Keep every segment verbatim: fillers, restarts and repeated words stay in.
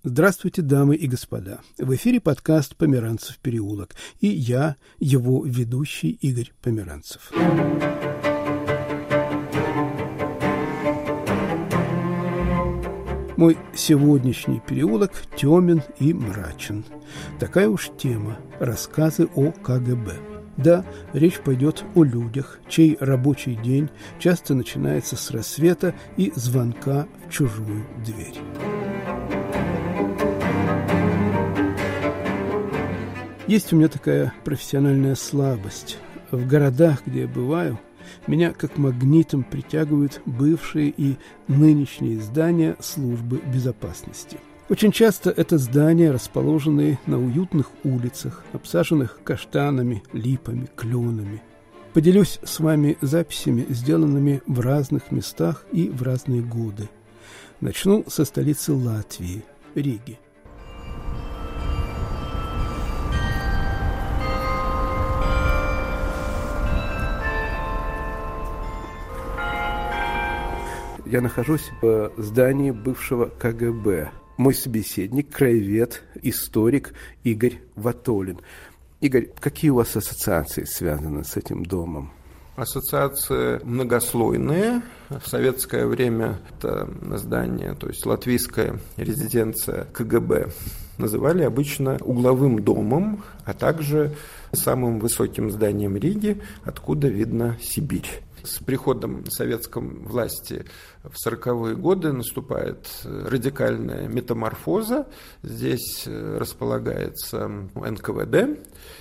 Здравствуйте, дамы и господа. В эфире подкаст «Померанцев переулок». И я, его ведущий Игорь Померанцев. Мой сегодняшний переулок темен и мрачен. Такая уж тема – рассказы о ка гэ бэ. Да, речь пойдет о людях, чей рабочий день часто начинается с рассвета и звонка в чужую дверь. Есть у меня такая профессиональная слабость. В городах, где я бываю, меня как магнитом притягивают бывшие и нынешние здания службы безопасности. Очень часто это здания, расположенные на уютных улицах, обсаженных каштанами, липами, кленами. Поделюсь с вами записями, сделанными в разных местах и в разные годы. Начну со столицы Латвии, Риги. Я нахожусь в здании бывшего ка гэ бэ. Мой собеседник, краевед, историк Игорь Ватолин. Игорь, какие у вас ассоциации связаны с этим домом? Ассоциации многослойные. В советское время это здание, то есть латвийская резиденция ка гэ бэ, называли обычно угловым домом, а также самым высоким зданием Риги, откуда видно Сибирь. С приходом советской власти в сороковые годы наступает радикальная метаморфоза. Здесь располагается эн ка вэ дэ,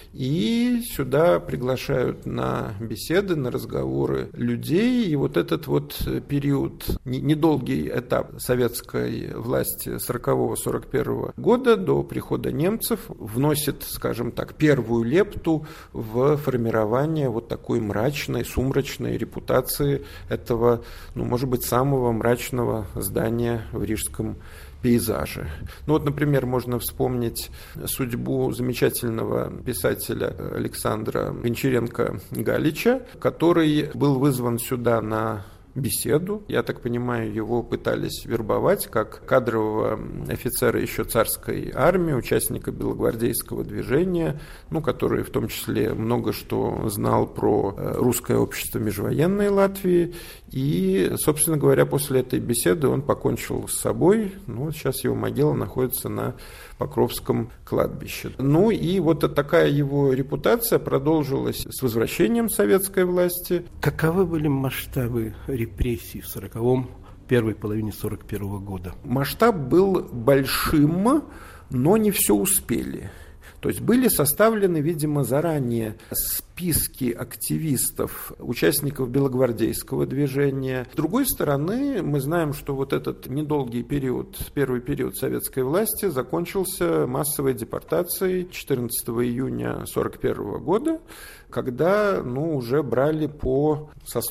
и сюда приглашают на беседы, на разговоры людей. И вот этот вот период, недолгий этап советской власти сорокового сорок первого года до прихода немцев вносит, скажем так, первую лепту в формирование вот такой мрачной, сумрачной репутации этого, ну, может быть, самого мрачного здания в рижском пейзаже. Ну вот, например, можно вспомнить судьбу замечательного писателя Александра Гончаренко-Галича, который был вызван сюда на беседу. Я так понимаю, его пытались вербовать как кадрового офицера еще царской армии, участника белогвардейского движения, ну, который в том числе много что знал про русское общество межвоенной Латвии. И, собственно говоря, после этой беседы он покончил с собой. Ну, вот сейчас его могила находится на Покровском кладбище. Ну и вот такая его репутация продолжилась с возвращением советской власти. Каковы были масштабы репрессий в сороковом, первой половине сорок первого года? Масштаб был большим, но не все успели. То есть были составлены, видимо, заранее списки активистов, участников белогвардейского движения. С другой стороны, мы знаем, что вот этот недолгий период, первый период советской власти закончился массовой депортацией четырнадцатого июня сорок первого года, когда, ну, уже брали по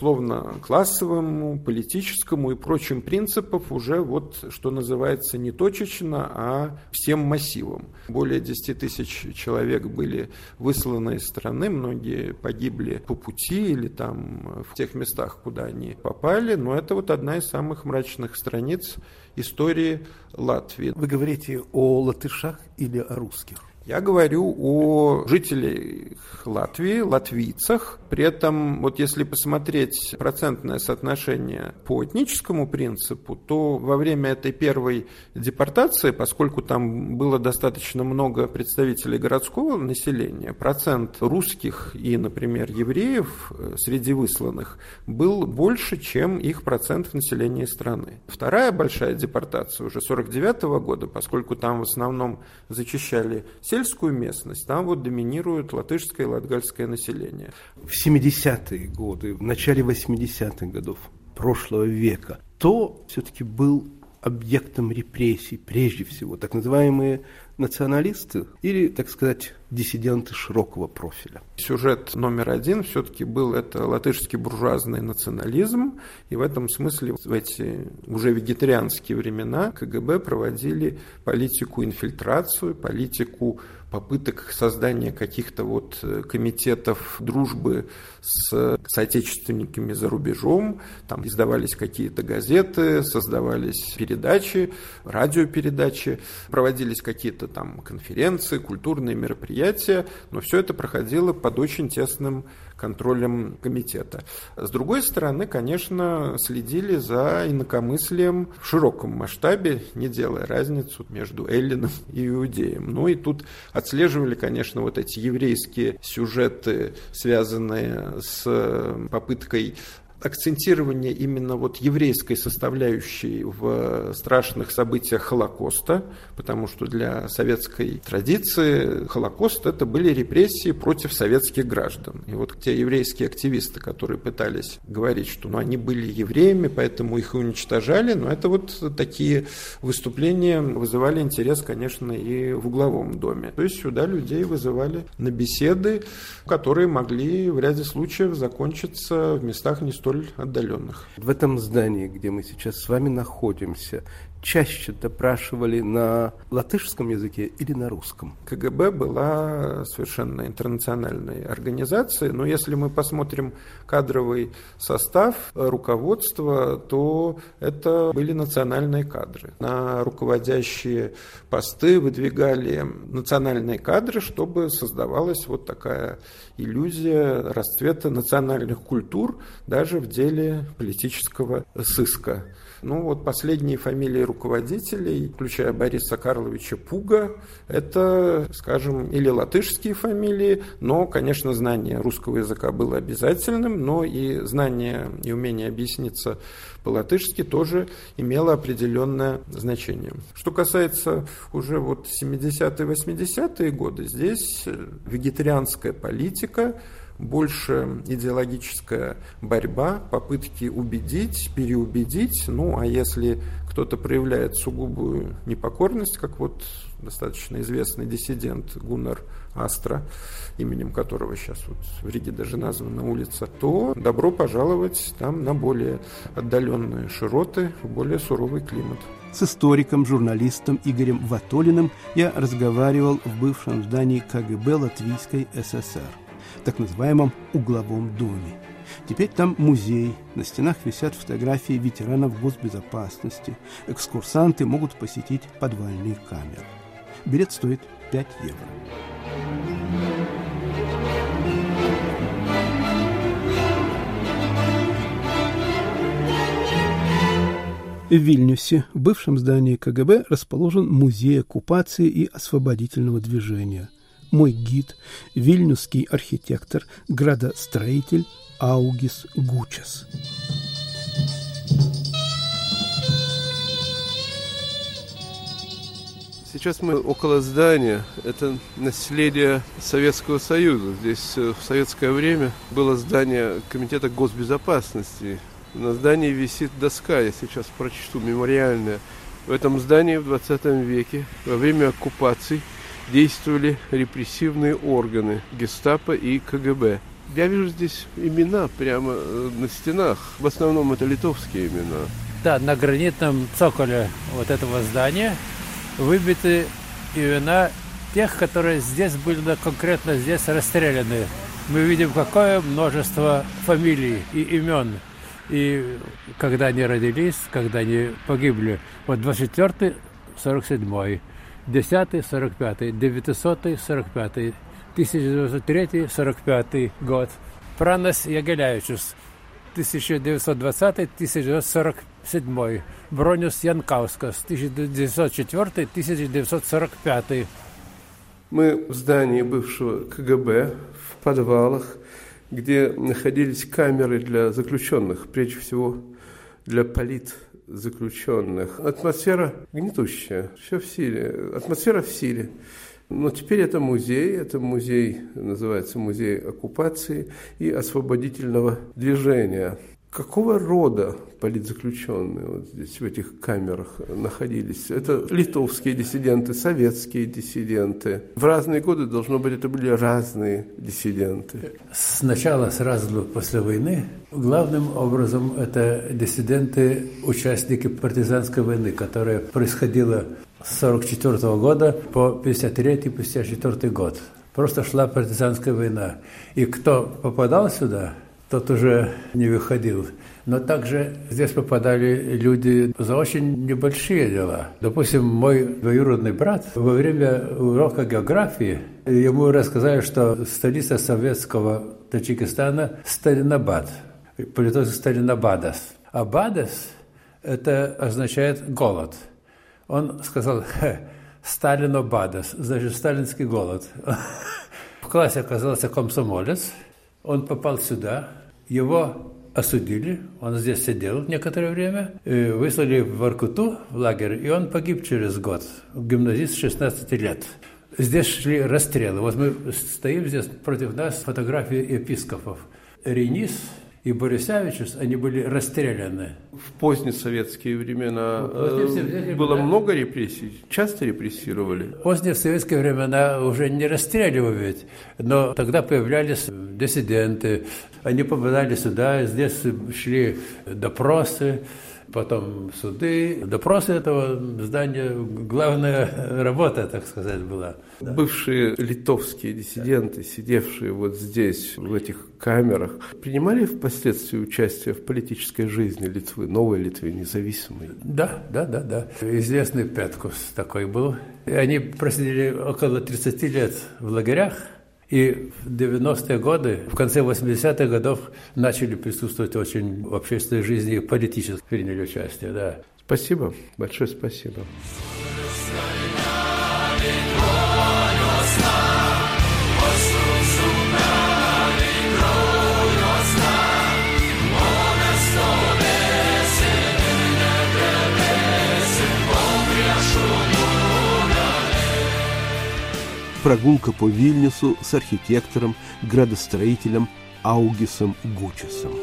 сословно-классовому, политическому и прочим принципам уже вот, что называется, не точечно, а всем массивом. Более десять тысяч человек были высланы из страны, многие погибли по пути или там в тех местах, куда они попали, но это вот одна из самых мрачных страниц истории Латвии. Вы говорите о латышах или о русских? Я говорю о жителях Латвии, латвийцах. При этом, вот если посмотреть процентное соотношение по этническому принципу, то во время этой первой депортации, поскольку там было достаточно много представителей городского населения, процент русских и, например, евреев среди высланных был больше, чем их процент в населении страны. Вторая большая депортация уже сорок девятого года, поскольку там в основном зачищали сельскую местность, там вот доминирует латышское и латгальское население. В семидесятые годы, в начале восьмидесятых годов прошлого века, то все-таки был объектом репрессий, прежде всего, так называемые националисты или, так сказать, диссиденты широкого профиля? Сюжет номер один все-таки был это латышский буржуазный национализм, и в этом смысле в эти уже вегетарианские времена КГБ проводили политику инфильтрацию, политику попыток создания каких-то вот комитетов дружбы с соотечественниками за рубежом. Там издавались какие-то газеты, создавались передачи, радиопередачи, проводились какие-то там конференции, культурные мероприятия, но все это проходило под очень тесным контролем комитета. С другой стороны, конечно, следили за инакомыслием в широком масштабе, не делая разницу между эллином и иудеем. Ну и тут отслеживали, конечно, вот эти еврейские сюжеты, связанные с попыткой акцентирование именно вот еврейской составляющей в страшных событиях Холокоста, потому что для советской традиции Холокост – это были репрессии против советских граждан. И вот те еврейские активисты, которые пытались говорить, что ну, они были евреями, поэтому их и уничтожали, но это вот такие выступления вызывали интерес, конечно, и в угловом доме. То есть сюда людей вызывали на беседы, которые могли в ряде случаев закончиться в местах не столь отдаленных. В этом здании, где мы сейчас с вами находимся, чаще допрашивали на латышском языке или на русском? КГБ была совершенно интернациональной организацией, но если мы посмотрим кадровый состав руководства, то это были национальные кадры. На руководящие посты выдвигали национальные кадры, чтобы создавалась вот такая иллюзия расцвета национальных культур даже в деле политического сыска. Ну вот последние фамилии руководителей, включая Бориса Карловича Пуга, это, скажем, или латышские фамилии, но, конечно, знание русского языка было обязательным, но и знание и умение объясниться по-латышски тоже имело определенное значение. Что касается уже вот семидесятые, восьмидесятые годы, здесь вегетарианская политика, больше идеологическая борьба, попытки убедить, переубедить. Ну, а если кто-то проявляет сугубую непокорность, как вот достаточно известный диссидент Гуннар Астра, именем которого сейчас вот в Риге даже названа улица, то добро пожаловать там на более отдаленные широты, в более суровый климат. С историком, журналистом Игорем Ватолиным я разговаривал в бывшем здании КГБ Латвийской ССР, в так называемом угловом доме. Теперь там музей, на стенах висят фотографии ветеранов госбезопасности, экскурсанты могут посетить подвальные камеры. Билет стоит пять евро. В Вильнюсе, в бывшем здании КГБ, расположен музей оккупации и освободительного движения. Мой гид – вильнюсский архитектор, градостроитель Аугис Гучес. Сейчас мы около здания. Это наследие Советского Союза. Здесь в советское время было здание Комитета госбезопасности. На здании висит доска, я сейчас прочту, мемориальная. В этом здании в двадцатом веке во время оккупации действовали репрессивные органы гестапо и КГБ. Я вижу здесь имена прямо на стенах. В основном это литовские имена. Да, на гранитном цоколе вот этого здания выбиты имена тех, которые здесь были конкретно здесь расстреляны. Мы видим, какое множество фамилий и имен. И когда они родились, когда они погибли. Вот двадцать четвёртый сорок седьмой, десятый сорок пятый, девятисотый сорок пятый, тысяча девятьсот третий сорок пятый год. Пранас Ягеляевичус, тысяча девятьсот двадцатый тысяча девятьсот сорок седьмой. Бронюс Янкаускас, тысяча девятьсот четвёртый тысяча девятьсот сорок пятый. Мы в здании бывшего КГБ, в подвалах, где находились камеры для заключенных, прежде всего для политзаключенных. Атмосфера гнетущая, все в силе, атмосфера в силе. Но теперь это музей, это музей, называется музей оккупации и освободительного движения. Какого рода политзаключенные вот здесь, в этих камерах находились? Это литовские диссиденты, советские диссиденты. В разные годы, должно быть, это были разные диссиденты. Сначала, сразу после войны, главным образом это диссиденты, участники партизанской войны, которая происходила с сорок четвёртого года по пятьдесят третий — пятьдесят четвёртый год. Просто шла партизанская война. И кто попадал сюда, тот уже не выходил. Но также здесь попадали люди за очень небольшие дела. Допустим, мой двоюродный брат во время урока географии, ему рассказали, что столица советского Таджикистана – Сталинабад, по-литовски Сталинабадас. А Бадас – это означает голод. Он сказал «Сталинобадас», значит, сталинский голод. В классе оказался комсомолец, он попал сюда, его осудили, он здесь сидел некоторое время, выслали в Воркуту, в лагерь, и он погиб через год, гимназист шестнадцати лет. Здесь шли расстрелы. Вот мы стоим здесь, против нас фотографии епископов. Ренис и Борисевичус, они были расстреляны. В поздние советские времена э, было много репрессий, часто репрессировали. В поздние советские времена уже не расстреливают, но тогда появлялись диссиденты, они попадали сюда, здесь шли допросы, потом суды. Допросы этого здания, главная работа, так сказать, была. Бывшие литовские диссиденты, сидевшие вот здесь, в этих камерах, принимали впоследствии участие в политической жизни Литвы, новой Литвы, независимой? Да, да, да, да. Известный Петкус такой был. И они просидели около тридцати лет в лагерях. И в девяностые годы, в конце восьмидесятых годов начали присутствовать очень в общественной жизни и политически приняли участие, да. Спасибо, большое спасибо. Прогулка по Вильнюсу с архитектором, градостроителем Аугисом Гучесом.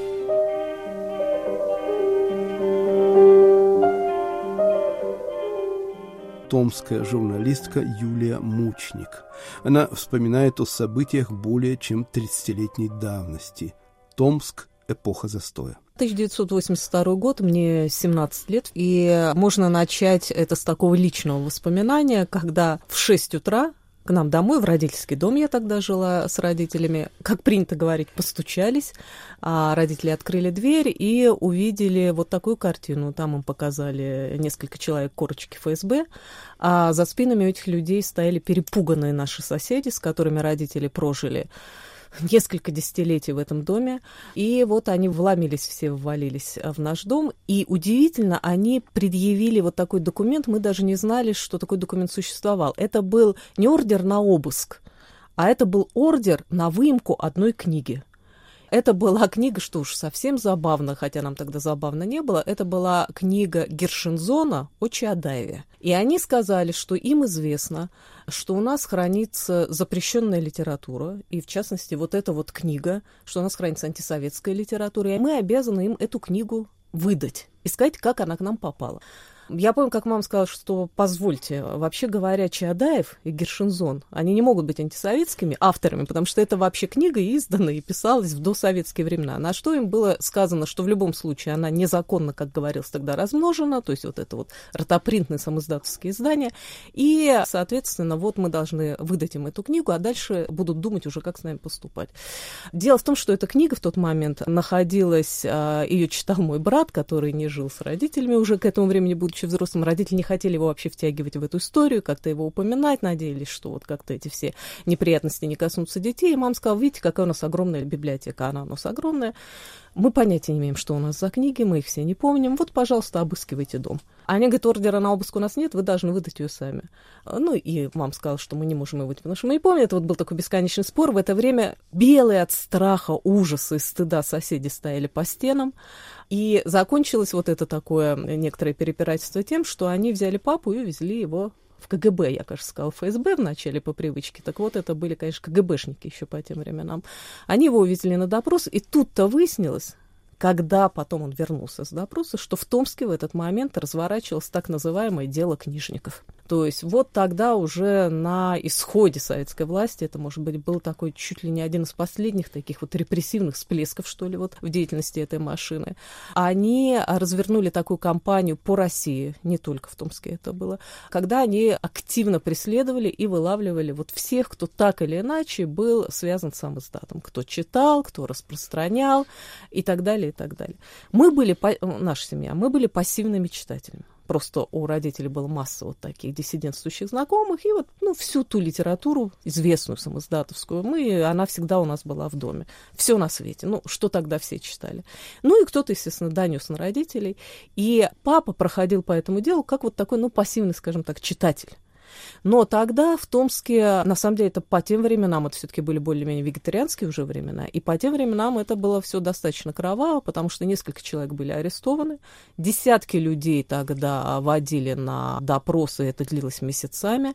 Томская журналистка Юлия Мучник. Она вспоминает о событиях более чем тридцатилетней давности. Томск – эпоха застоя. тысяча девятьсот восемьдесят второй год, мне семнадцать лет, и можно начать это с такого личного воспоминания, когда в шесть утра к нам домой, в родительский дом, я тогда жила с родителями, как принято говорить, постучались, а родители открыли дверь и увидели вот такую картину. Там им показали несколько человек корочки эф эс бэ, а за спинами этих людей стояли перепуганные наши соседи, с которыми родители прожили несколько десятилетий в этом доме. И вот они вломились, все ввалились в наш дом. И удивительно, они предъявили вот такой документ. Мы даже не знали, что такой документ существовал. Это был не ордер на обыск, а это был ордер на выемку одной книги. Это была книга, что уж совсем забавно, хотя нам тогда забавно не было, это была книга Гершензона о Чаадаеве. И они сказали, что им известно, что у нас хранится запрещенная литература, и в частности вот эта вот книга, что у нас хранится антисоветская литература, и мы обязаны им эту книгу выдать и сказать, как она к нам попала. Я помню, как мама сказала, что позвольте, вообще говоря, Чаадаев и Гершензон, они не могут быть антисоветскими авторами, потому что это вообще книга издана и писалась в досоветские времена. На что им было сказано, что в любом случае она незаконно, как говорилось тогда, размножена, то есть вот это вот ротопринтные самоиздатовские издания, и, соответственно, вот мы должны выдать им эту книгу, а дальше будут думать уже, как с нами поступать. Дело в том, что эта книга в тот момент находилась, ее читал мой брат, который не жил с родителями уже к этому времени, будучи взрослым, родители не хотели его вообще втягивать в эту историю, как-то его упоминать, надеялись, что вот как-то эти все неприятности не коснутся детей. И мама сказала, видите, какая у нас огромная библиотека, она у нас огромная. Мы понятия не имеем, что у нас за книги, мы их все не помним. Вот, пожалуйста, обыскивайте дом. Они говорят, ордера на обыск у нас нет, вы должны выдать ее сами. Ну, и мама сказала, что мы не можем ее выдать, потому что мы не помним. Это вот был такой бесконечный спор. В это время белые от страха, ужаса и стыда соседи стояли по стенам. И закончилось вот это такое некоторое перепирательство тем, что они взяли папу и увезли его в ка гэ бэ, я, кажется, сказала, эф эс бэ вначале по привычке. Так вот, это были, конечно, ка гэ бэшники еще по тем временам. Они его увезли на допрос, и тут-то выяснилось, когда потом он вернулся с допроса, что в Томске в этот момент разворачивалось так называемое дело книжников. То есть вот тогда уже на исходе советской власти, это, может быть, был такой чуть ли не один из последних таких вот репрессивных всплесков, что ли, вот в деятельности этой машины, они развернули такую кампанию по России, не только в Томске это было, когда они активно преследовали и вылавливали вот всех, кто так или иначе был связан с самиздатом, кто читал, кто распространял и так далее, и так далее. Мы были, наша семья, мы были пассивными читателями. Просто у родителей была масса вот таких диссидентствующих знакомых, и вот ну, всю ту литературу, известную самиздатовскую, мы, она всегда у нас была в доме. Все на свете. Ну, что тогда все читали. Ну, и кто-то, естественно, донес на родителей. И папа проходил по этому делу как вот такой, ну, пассивный, скажем так, читатель. Но тогда в Томске, на самом деле, это по тем временам, это все-таки были более-менее вегетарианские уже времена, и по тем временам это было все достаточно кроваво, потому что несколько человек были арестованы, десятки людей тогда водили на допросы, это длилось месяцами,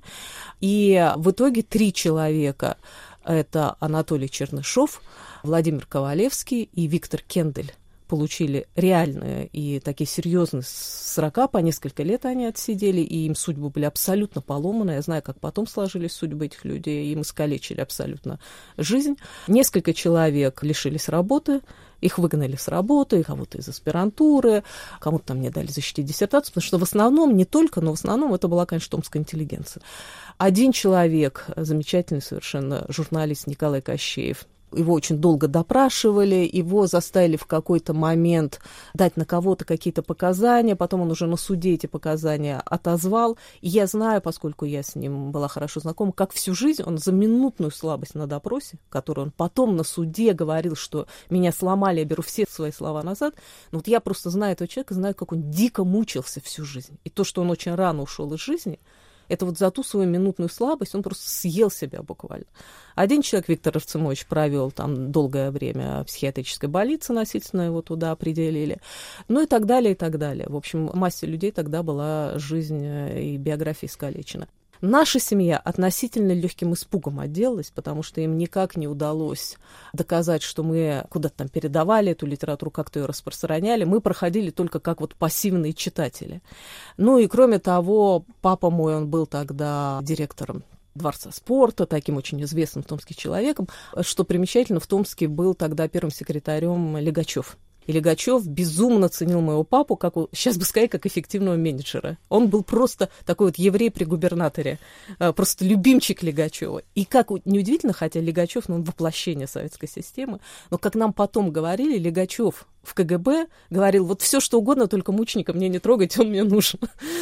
и в итоге три человека, это Анатолий Чернышов, Владимир Ковалевский и Виктор Кендель, получили реальные и такие серьезные срока, по несколько лет они отсидели, и им судьбы были абсолютно поломаны. Я знаю, как потом сложились судьбы этих людей, им искалечили абсолютно жизнь. Несколько человек лишились работы, их выгнали с работы, кого-то из аспирантуры, кому-то там не дали защитить диссертацию, потому что в основном, не только, но в основном это была, конечно, томская интеллигенция. Один человек, замечательный совершенно журналист Николай Кощеев, его очень долго допрашивали, его заставили в какой-то момент дать на кого-то какие-то показания, потом он уже на суде эти показания отозвал. И я знаю, поскольку я с ним была хорошо знакома, как всю жизнь он за минутную слабость на допросе, которую он потом на суде говорил, что меня сломали, я беру все свои слова назад. Но вот я просто знаю этого человека, знаю, как он дико мучился всю жизнь. И то, что он очень рано ушел из жизни, это вот за ту свою минутную слабость он просто съел себя буквально. Один человек, Виктор Арцемович, провел там долгое время в психиатрической больнице, насильственно его туда определили. Ну и так далее, и так далее. В общем, массе людей тогда была жизнь и биография искалечена. Наша семья относительно легким испугом отделалась, потому что им никак не удалось доказать, что мы куда-то там передавали эту литературу, как-то ее распространяли. Мы проходили только как вот пассивные читатели. Ну и кроме того, папа мой, он был тогда директором Дворца спорта, таким очень известным в Томске человеком. Что примечательно, в Томске был тогда первым секретарем Легачев. И Легачев безумно ценил моего папу, как, сейчас бы сказать, как эффективного менеджера. Он был просто такой вот еврей при губернаторе, просто любимчик Легачева. И как неудивительно, хотя Легачев, ну, он воплощение советской системы, но, как нам потом говорили, Легачев в ка гэ бэ говорил, вот все что угодно, только мученика мне не трогайте, он мне нужен.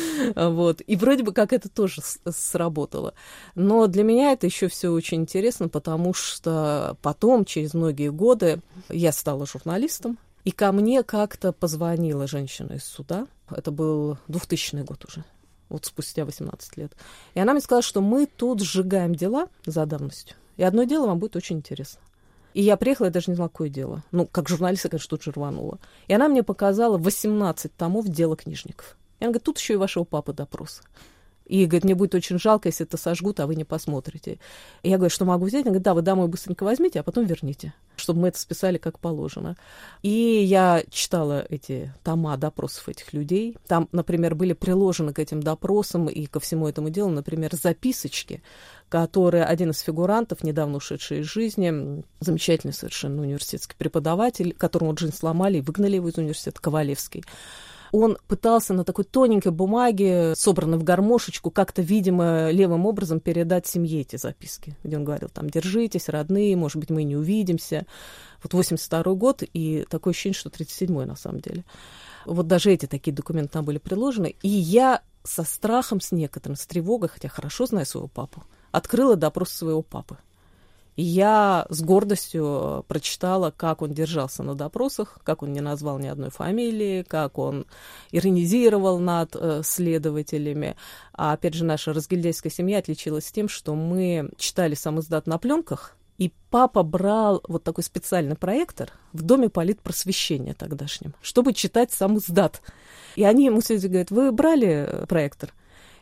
Вот. И вроде бы как это тоже сработало. Но для меня это еще все очень интересно, потому что потом, через многие годы, я стала журналистом, и ко мне как-то позвонила женщина из суда. Это был двухтысячный год уже, вот спустя восемнадцать лет. И она мне сказала, что мы тут сжигаем дела за давностью. И одно дело вам будет очень интересно. И я приехала, я даже не знала, какое дело. Ну, как журналист, я, конечно, тут же рванула. И она мне показала восемнадцать томов дела книжников. И она говорит, тут еще и вашего папы допрос. И, говорит, мне будет очень жалко, если это сожгут, а вы не посмотрите. И я говорю, что могу взять? Она говорит, да, вы домой быстренько возьмите, а потом верните, чтобы мы это списали как положено. И я читала эти тома допросов этих людей. Там, например, были приложены к этим допросам и ко всему этому делу, например, записочки, которые один из фигурантов, недавно ушедший из жизни, замечательный совершенно университетский преподаватель, которому жизнь сломали и выгнали его из университета, Ковалевский, он пытался на такой тоненькой бумаге, собранной в гармошечку, как-то, видимо, левым образом передать семье эти записки, где он говорил, там, держитесь, родные, может быть, мы не увидимся. Вот восемьдесят второй год, и такое ощущение, что тридцать седьмой на самом деле. Вот даже эти такие документы там были приложены. И я со страхом, с некоторым, с тревогой, хотя хорошо знаю своего папу, открыла допрос своего папы. И я с гордостью прочитала, как он держался на допросах, как он не назвал ни одной фамилии, как он иронизировал над э, следователями. А опять же, наша разгильдяйская семья отличилась тем, что мы читали самиздат на пленках, и папа брал вот такой специальный проектор в Доме политпросвещения тогдашнем, чтобы читать самиздат. И они ему все говорят, вы брали проектор?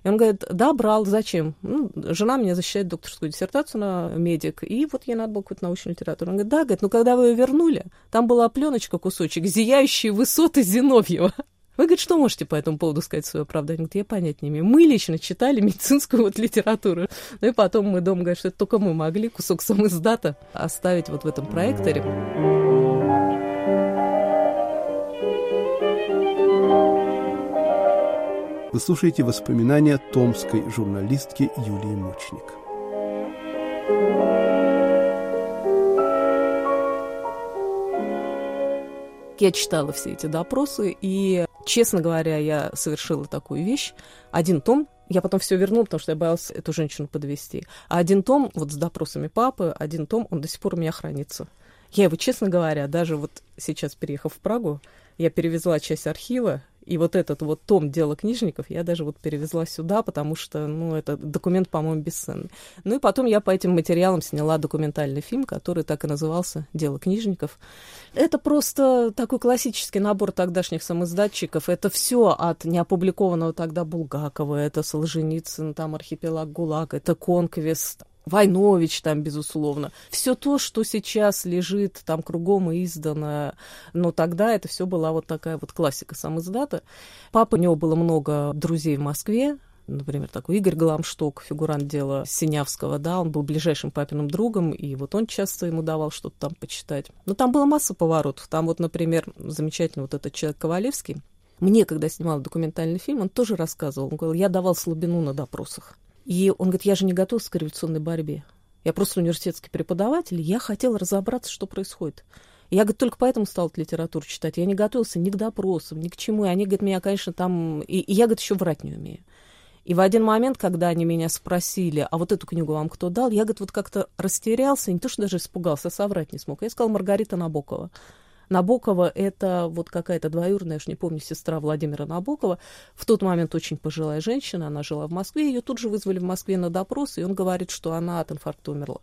И он говорит, да, брал, зачем? Ну, жена меня защищает докторскую диссертацию на медик, и вот ей надо было какую-то научную литературу. Он говорит, да, говорит, ну когда вы ее вернули, там была пленочка, кусочек, «Зияющие высоты Зиновьева». Вы, говорит, что можете по этому поводу сказать свое оправдание? Я понять не имею. Мы лично читали медицинскую вот литературу. Ну и потом мы дома говорим, что это только мы могли кусок самиздата оставить вот в этом проекторе. Вы слушаете воспоминания томской журналистки Юлии Мучник. Я читала все эти допросы, и, честно говоря, я совершила такую вещь. Один том, я потом все вернула, потому что я боялась эту женщину подвести. А один том, вот с допросами папы, один том, он до сих пор у меня хранится. Я его, честно говоря, даже вот сейчас, переехав в Прагу, я перевезла часть архива, и вот этот вот том «Дело книжников» я даже вот перевезла сюда, потому что, ну, это документ, по-моему, бесценный. Ну и потом я по этим материалам сняла документальный фильм, который так и назывался «Дело книжников». Это просто такой классический набор тогдашних самоиздатчиков. Это все от неопубликованного тогда Булгакова, это Солженицын, там «Архипелаг ГУЛАГ», это «Конквест», Войнович там, безусловно. Все то, что сейчас лежит там кругом и издано, но тогда это все была вот такая вот классика самиздата. Папа, у него было много друзей в Москве, например, такой Игорь Гламшток, фигурант дела Синявского, да, он был ближайшим папиным другом, и вот он часто ему давал что-то там почитать. Но там была масса поворотов. Там вот, например, замечательный вот этот человек Ковалевский. Мне, когда снимал документальный фильм, он тоже рассказывал. Он говорил, я давал слабину на допросах. И он говорит, я же не готовился к революционной борьбе. Я просто университетский преподаватель, я хотел разобраться, что происходит. И я, говорит, только поэтому стал эту литературу читать. Я не готовился ни к допросам, ни к чему. И они, говорит, меня, конечно, там... И, и я, говорит, еще врать не умею. И в один момент, когда они меня спросили, а вот эту книгу вам кто дал, я, говорит, вот как-то растерялся, не то что даже испугался, а соврать не смог. Я сказала, Маргарита Набокова. Набокова — это вот какая-то двоюродная, я уж не помню, сестра Владимира Набокова. В тот момент очень пожилая женщина, она жила в Москве, ее тут же вызвали в Москве на допрос, и он говорит, что она от инфаркта умерла.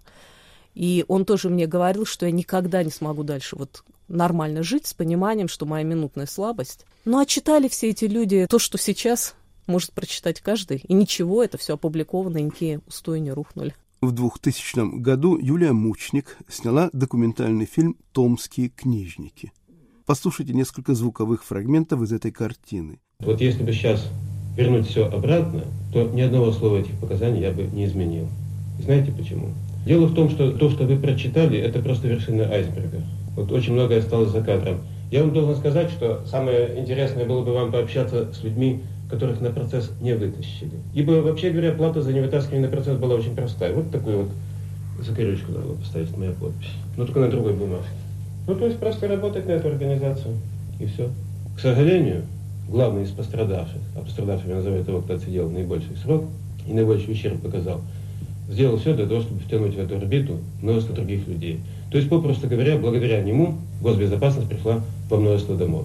И он тоже мне говорил, что я никогда не смогу дальше вот нормально жить с пониманием, что моя минутная слабость. Ну а читали все эти люди то, что сейчас может прочитать каждый, и ничего, это все опубликовано, и никакие устои не рухнули. В двухтысячном году Юлия Мучник сняла документальный фильм «Томские книжники». Послушайте несколько звуковых фрагментов из этой картины. Вот если бы сейчас вернуть все обратно, то ни одного слова этих показаний я бы не изменил. И знаете почему? Дело в том, что то, что вы прочитали, это просто вершина айсберга. Вот очень многое осталось за кадром. Я вам должен сказать, что самое интересное было бы вам пообщаться с людьми, которых на процесс не вытащили. Ибо, вообще говоря, плата за невытаскивание на процесс была очень простая. Вот такую вот закорючку надо было поставить, моя подпись. Но только на другой бумажке. Ну, то есть просто работать на эту организацию. И все. К сожалению, главный из пострадавших, а пострадавшими называют того, кто отсидел наибольший срок и наибольший ущерб показал, сделал все для того, чтобы втянуть в эту орбиту множество других людей. То есть, попросту говоря, благодаря нему госбезопасность пришла во множество домов.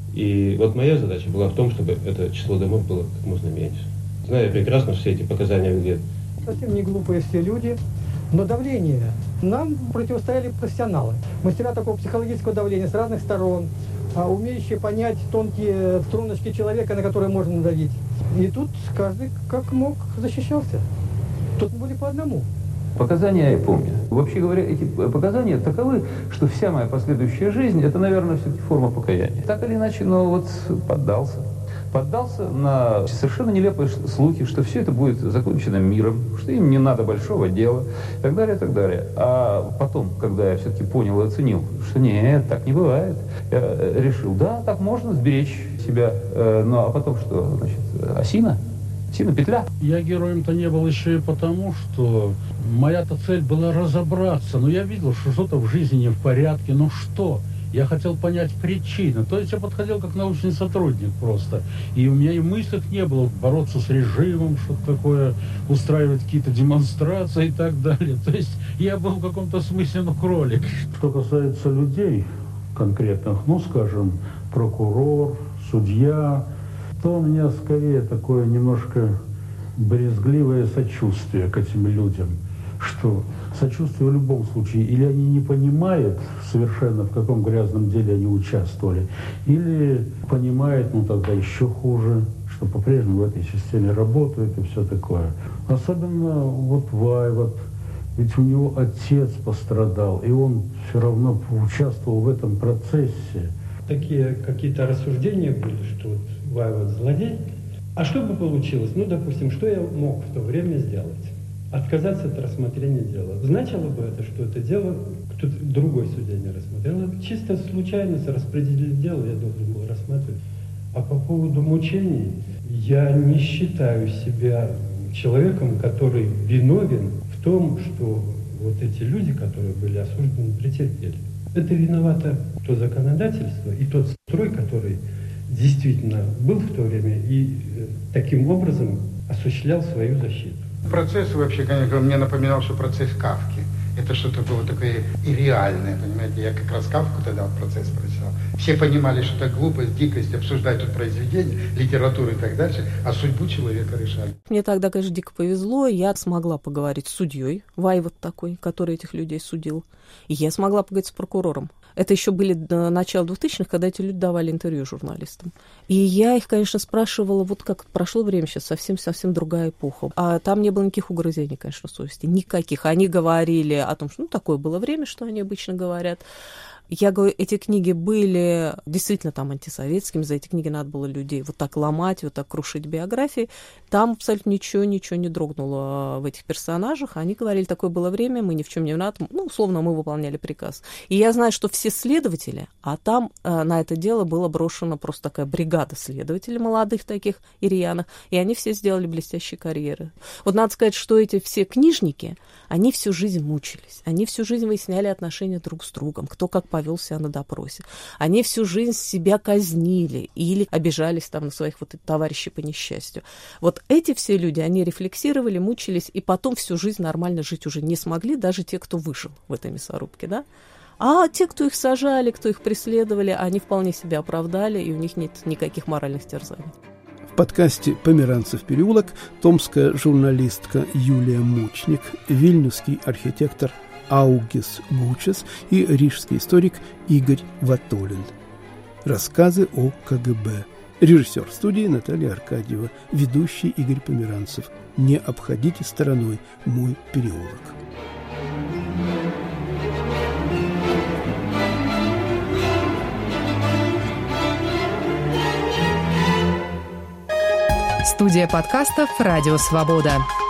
И вот моя задача была в том, чтобы это число домов было как можно меньше. Знаю прекрасно, что все эти показания выглядят. Совсем не глупые все люди, но давление нам противостояли профессионалы. Мастера такого психологического давления с разных сторон, умеющие понять тонкие струночки человека, на которые можно надавить. И тут каждый как мог защищался. Тут были по одному. Показания я помню. Вообще говоря, эти показания таковы, что вся моя последующая жизнь, это, наверное, все-таки форма покаяния. Так или иначе, но вот поддался. Поддался на совершенно нелепые слухи, что все это будет закончено миром, что им не надо большого дела, и так далее, и так далее. А потом, когда я все-таки понял и оценил, что нет, так не бывает, я решил, да, так можно сберечь себя. Ну, а потом что, значит, осина? Осина, петля. Я героем-то не был еще и потому, что моя-то цель была разобраться. Но я видел, что что-то в жизни не в порядке. Ну что? Я хотел понять причины. То есть я подходил как научный сотрудник просто. И у меня и в мыслях не было бороться с режимом, что-то такое, устраивать какие-то демонстрации и так далее. То есть я был в каком-то смысле, ну, кролик. Что касается людей конкретных, ну, скажем, прокурор, судья, то у меня скорее такое немножко брезгливое сочувствие к этим людям, что сочувствие в любом случае, или они не понимают совершенно, в каком грязном деле они участвовали, или понимают, ну тогда еще хуже, что по-прежнему в этой системе работают и все такое. Особенно вот Вайвот, ведь у него отец пострадал, и он все равно участвовал в этом процессе. Такие какие-то рассуждения были, что вот Вайвот злодей. А что бы получилось? Ну, допустим, что я мог в то время сделать? Отказаться от рассмотрения дела. Значило бы это, что это дело кто-то другой судья не рассмотрел. Чисто случайность распределить дело я должен был рассматривать. А по поводу мучений, я не считаю себя человеком, который виновен в том, что вот эти люди, которые были осуждены, претерпели. Это виновато то законодательство и тот строй, который действительно был в то время и таким образом осуществлял свою защиту. Процесс вообще, конечно, мне напоминал, что процесс Кафки. Это что-то было такое и реальное, понимаете. Я как раз Кафку тогда в процесс прочитал. Все понимали, что это глупость, дикость, обсуждать тут произведения, литературу и так дальше, а судьбу человека решали. Мне тогда, конечно, дико повезло. Я смогла поговорить с судьей, Вайвот такой, который этих людей судил. И я смогла поговорить с прокурором. Это еще были начало двухтысячных, когда эти люди давали интервью журналистам. И я их, конечно, спрашивала, вот как прошло время, сейчас совсем-совсем другая эпоха. А там не было никаких угрызений, конечно, совести, никаких. Они говорили о том, что ну, такое было время, что они обычно говорят. Я говорю, эти книги были действительно там антисоветскими, за эти книги надо было людей вот так ломать, вот так крушить биографии. Там абсолютно ничего, ничего не дрогнуло в этих персонажах. Они говорили, такое было время, мы ни в чем не виноваты. Ну, условно, мы выполняли приказ. И я знаю, что все следователи, а там э, на это дело была брошена просто такая бригада следователей молодых таких и рьяных, и они все сделали блестящие карьеры. Вот надо сказать, что эти все книжники, они всю жизнь мучились, они всю жизнь выясняли отношения друг с другом, кто как повел себя на допросе. Они всю жизнь себя казнили или обижались там на своих вот товарищей по несчастью. Вот эти все люди, они рефлексировали, мучились, и потом всю жизнь нормально жить уже не смогли, даже те, кто выжил в этой мясорубке, да? А те, кто их сажали, кто их преследовали, они вполне себя оправдали, и у них нет никаких моральных терзаний. В подкасте «Померанцев переулок» томская журналистка Юлия Мучник, вильнюсский архитектор Аугис Гучес и рижский историк Игорь Ватолин. Рассказы о КГБ. Режиссер студии Наталья Аркадьева. Ведущий Игорь Померанцев. Не обходите стороной мой переулок. Студия подкастов «Радио Свобода».